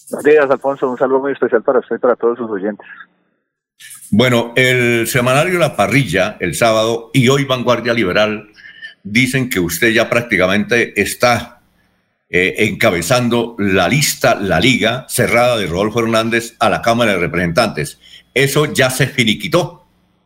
Buenos días, Alfonso. Un saludo muy especial para usted y para todos sus oyentes. Bueno, el semanario La Parrilla, el sábado, y hoy Vanguardia Liberal, dicen que usted ya prácticamente está encabezando la lista, la liga cerrada de Rodolfo Hernández a la Cámara de Representantes. ¿Eso ya se finiquitó?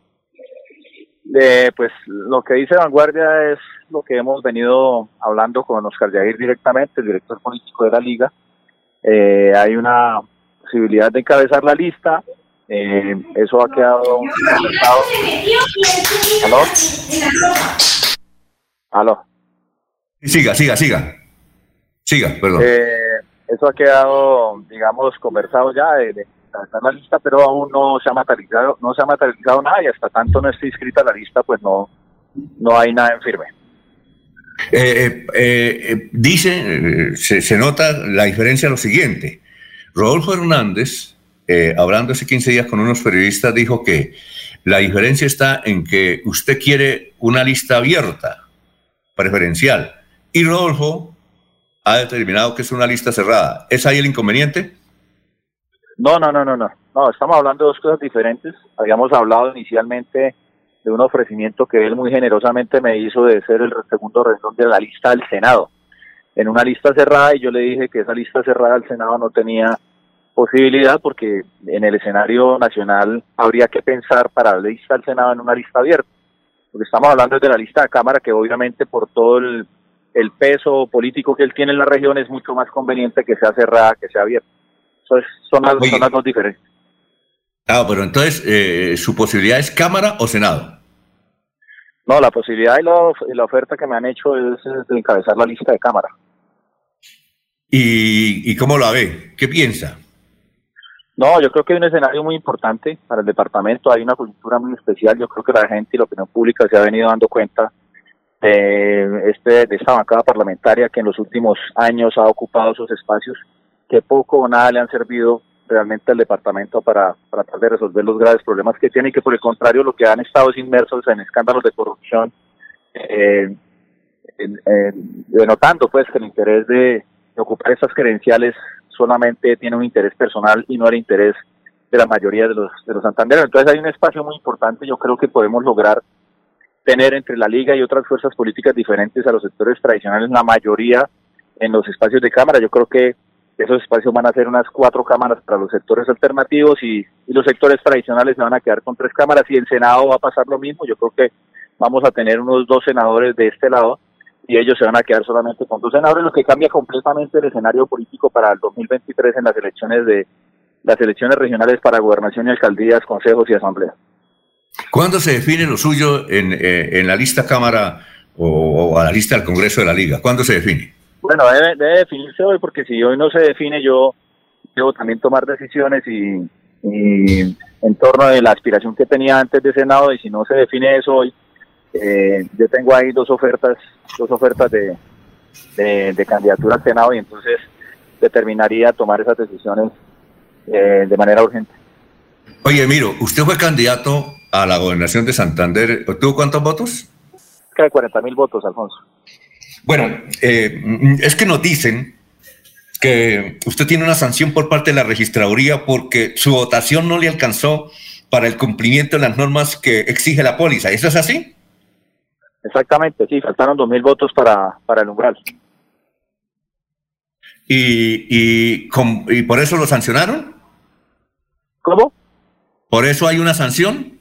Pues lo que dice Vanguardia es lo que hemos venido hablando con Oscar Yair directamente, el director político de la liga. Hay una posibilidad de encabezar la lista. Eso ha quedado conversado. ¿Aló? ¿Aló? Siga, perdón. Eso ha quedado, digamos, conversado ya de encabezar la lista, pero aún no se ha materializado nada, y hasta tanto no esté inscrita la lista, pues no hay nada en firme. Se nota la diferencia lo siguiente. Rodolfo Hernández, hablando hace 15 días con unos periodistas, dijo que la diferencia está en que usted quiere una lista abierta, preferencial, y Rodolfo ha determinado que es una lista cerrada. ¿Es ahí el inconveniente? No, estamos hablando de dos cosas diferentes. Habíamos hablado inicialmente de un ofrecimiento que él muy generosamente me hizo de ser el segundo renglón de la lista del Senado, en una lista cerrada, y yo le dije que esa lista cerrada del Senado no tenía posibilidad, porque en el escenario nacional habría que pensar para la lista del Senado en una lista abierta, porque estamos hablando de la lista de Cámara, que obviamente por todo el peso político que él tiene en la región es mucho más conveniente que sea cerrada que sea abierta. Son las dos diferentes. Pero entonces, ¿su posibilidad es Cámara o Senado? No, la posibilidad y la oferta que me han hecho es de encabezar la lista de Cámara. ¿Y cómo la ve? ¿Qué piensa? No, yo creo que hay un escenario muy importante para el departamento. Hay una coyuntura muy especial. Yo creo que la gente y la opinión pública se ha venido dando cuenta de esta bancada parlamentaria que en los últimos años ha ocupado esos espacios que poco o nada le han servido realmente al departamento para tratar de resolver los graves problemas que tiene, y que por el contrario lo que han estado es inmersos en escándalos de corrupción, denotando pues que el interés de ocupar esas credenciales solamente tiene un interés personal y no el interés de la mayoría de los santandereanos. Entonces hay un espacio muy importante. Yo creo que podemos lograr tener entre la Liga y otras fuerzas políticas diferentes a los sectores tradicionales la mayoría en los espacios de Cámara. Yo creo que esos espacios van a ser unas 4 cámaras para los sectores alternativos, y los sectores tradicionales se van a quedar con 3 cámaras, y en Senado va a pasar lo mismo. Yo creo que vamos a tener unos 2 senadores de este lado y ellos se van a quedar solamente con 2 senadores, lo que cambia completamente el escenario político para el 2023 en las elecciones regionales para gobernación y alcaldías, consejos y asambleas. ¿Cuándo se define lo suyo en la lista Cámara o a la lista del Congreso de la Liga? ¿Cuándo se define? Bueno, debe definirse hoy, porque si hoy no se define, yo debo también tomar decisiones y en torno de la aspiración que tenía antes de Senado, y si no se define eso hoy, yo tengo ahí dos ofertas de candidatura al Senado, y entonces determinaría tomar esas decisiones de manera urgente. Oye, Miro, usted fue candidato a la gobernación de Santander. ¿Tuvo cuántos votos? Cerca de 40,000 votos, Alfonso. Bueno, es que nos dicen que usted tiene una sanción por parte de la registraduría porque su votación no le alcanzó para el cumplimiento de las normas que exige la póliza. ¿Eso es así? Exactamente, sí, faltaron 2,000 votos para el umbral. ¿Y por eso lo sancionaron? ¿Cómo? ¿Por eso hay una sanción?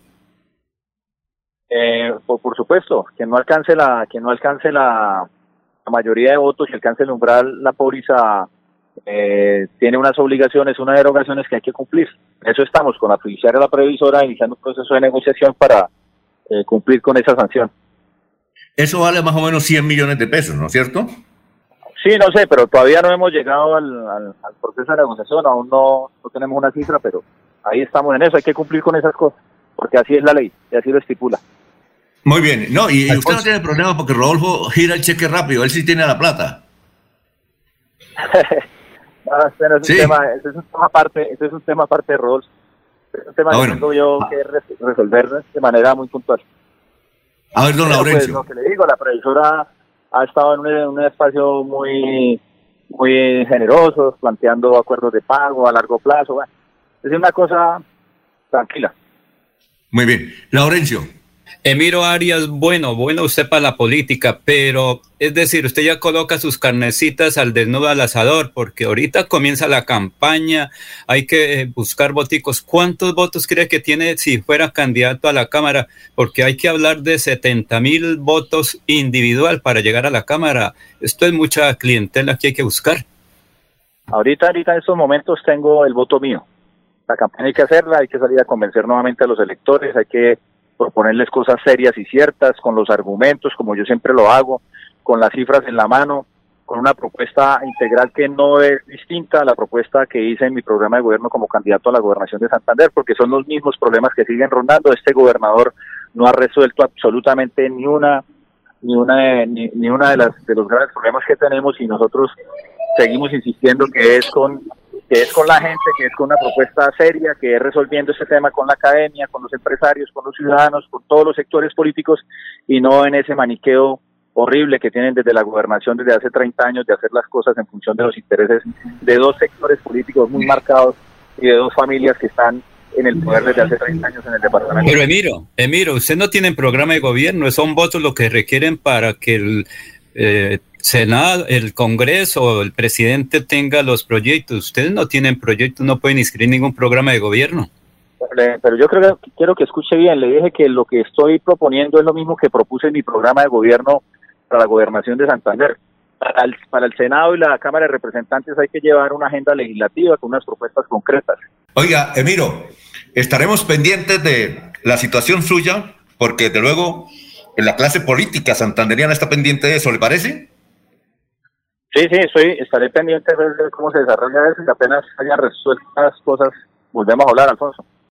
Por supuesto, que no alcance la mayoría de votos y alcance el umbral, la póliza tiene unas obligaciones, unas derogaciones que hay que cumplir. Eso estamos con la fiduciaria, la previsora, iniciando un proceso de negociación para cumplir con esa sanción. Eso vale más o menos 100 millones de pesos, ¿no es cierto? Sí, no sé, pero todavía no hemos llegado al proceso de negociación, aún no tenemos una cifra, pero ahí estamos en eso. Hay que cumplir con esas cosas, porque así es la ley y así lo estipula. Muy bien, no, y usted no tiene problema porque Rodolfo gira el cheque rápido, él sí tiene la plata. No, ese no es un tema, ese es un tema aparte de Rodolfo. Es un tema que tengo yo que resolver de manera muy puntual. A ver, don Laurencio. Pues, lo que le digo, la previsora ha estado en un espacio muy muy generosos, planteando acuerdos de pago a largo plazo. Bueno, es una cosa tranquila. Muy bien. Laurencio. Emiro Arias, bueno usted para la política, pero es decir, usted ya coloca sus carnecitas al desnudo al asador, porque ahorita comienza la campaña, hay que buscar voticos. ¿Cuántos votos cree que tiene si fuera candidato a la Cámara? Porque hay que hablar de 70,000 votos individual para llegar a la Cámara. Esto es mucha clientela que hay que buscar. Ahorita en estos momentos tengo el voto mío. La campaña hay que hacerla, hay que salir a convencer nuevamente a los electores, hay que proponerles cosas serias y ciertas, con los argumentos, como yo siempre lo hago, con las cifras en la mano, con una propuesta integral que no es distinta a la propuesta que hice en mi programa de gobierno como candidato a la gobernación de Santander, porque son los mismos problemas que siguen rondando. Este gobernador no ha resuelto absolutamente ni una de los graves problemas que tenemos, y nosotros seguimos insistiendo que es con la gente, que es con una propuesta seria, que es resolviendo este tema con la academia, con los empresarios, con los ciudadanos, con todos los sectores políticos, y no en ese maniqueo horrible que tienen desde la gobernación desde hace 30 años de hacer las cosas en función de los intereses de dos sectores políticos muy marcados y de dos familias que están en el poder desde hace 30 años en el departamento. Pero Emiro, usted no tiene programa de gobierno, son votos lo que requieren para que el Senado, el Congreso, el presidente tenga los proyectos. Ustedes no tienen proyectos, no pueden inscribir ningún programa de gobierno. Pero yo quiero que escuche bien. Le dije que lo que estoy proponiendo es lo mismo que propuse en mi programa de gobierno para la gobernación de Santander. Para el Senado y la Cámara de Representantes hay que llevar una agenda legislativa con unas propuestas concretas. Oiga, Emiro, estaremos pendientes de la situación suya, porque desde luego la clase política santanderiana está pendiente de eso, ¿le parece? Sí, estaré pendiente de ver cómo se desarrolla eso, y apenas hayan resueltas cosas, volvemos a hablar, Alfonso.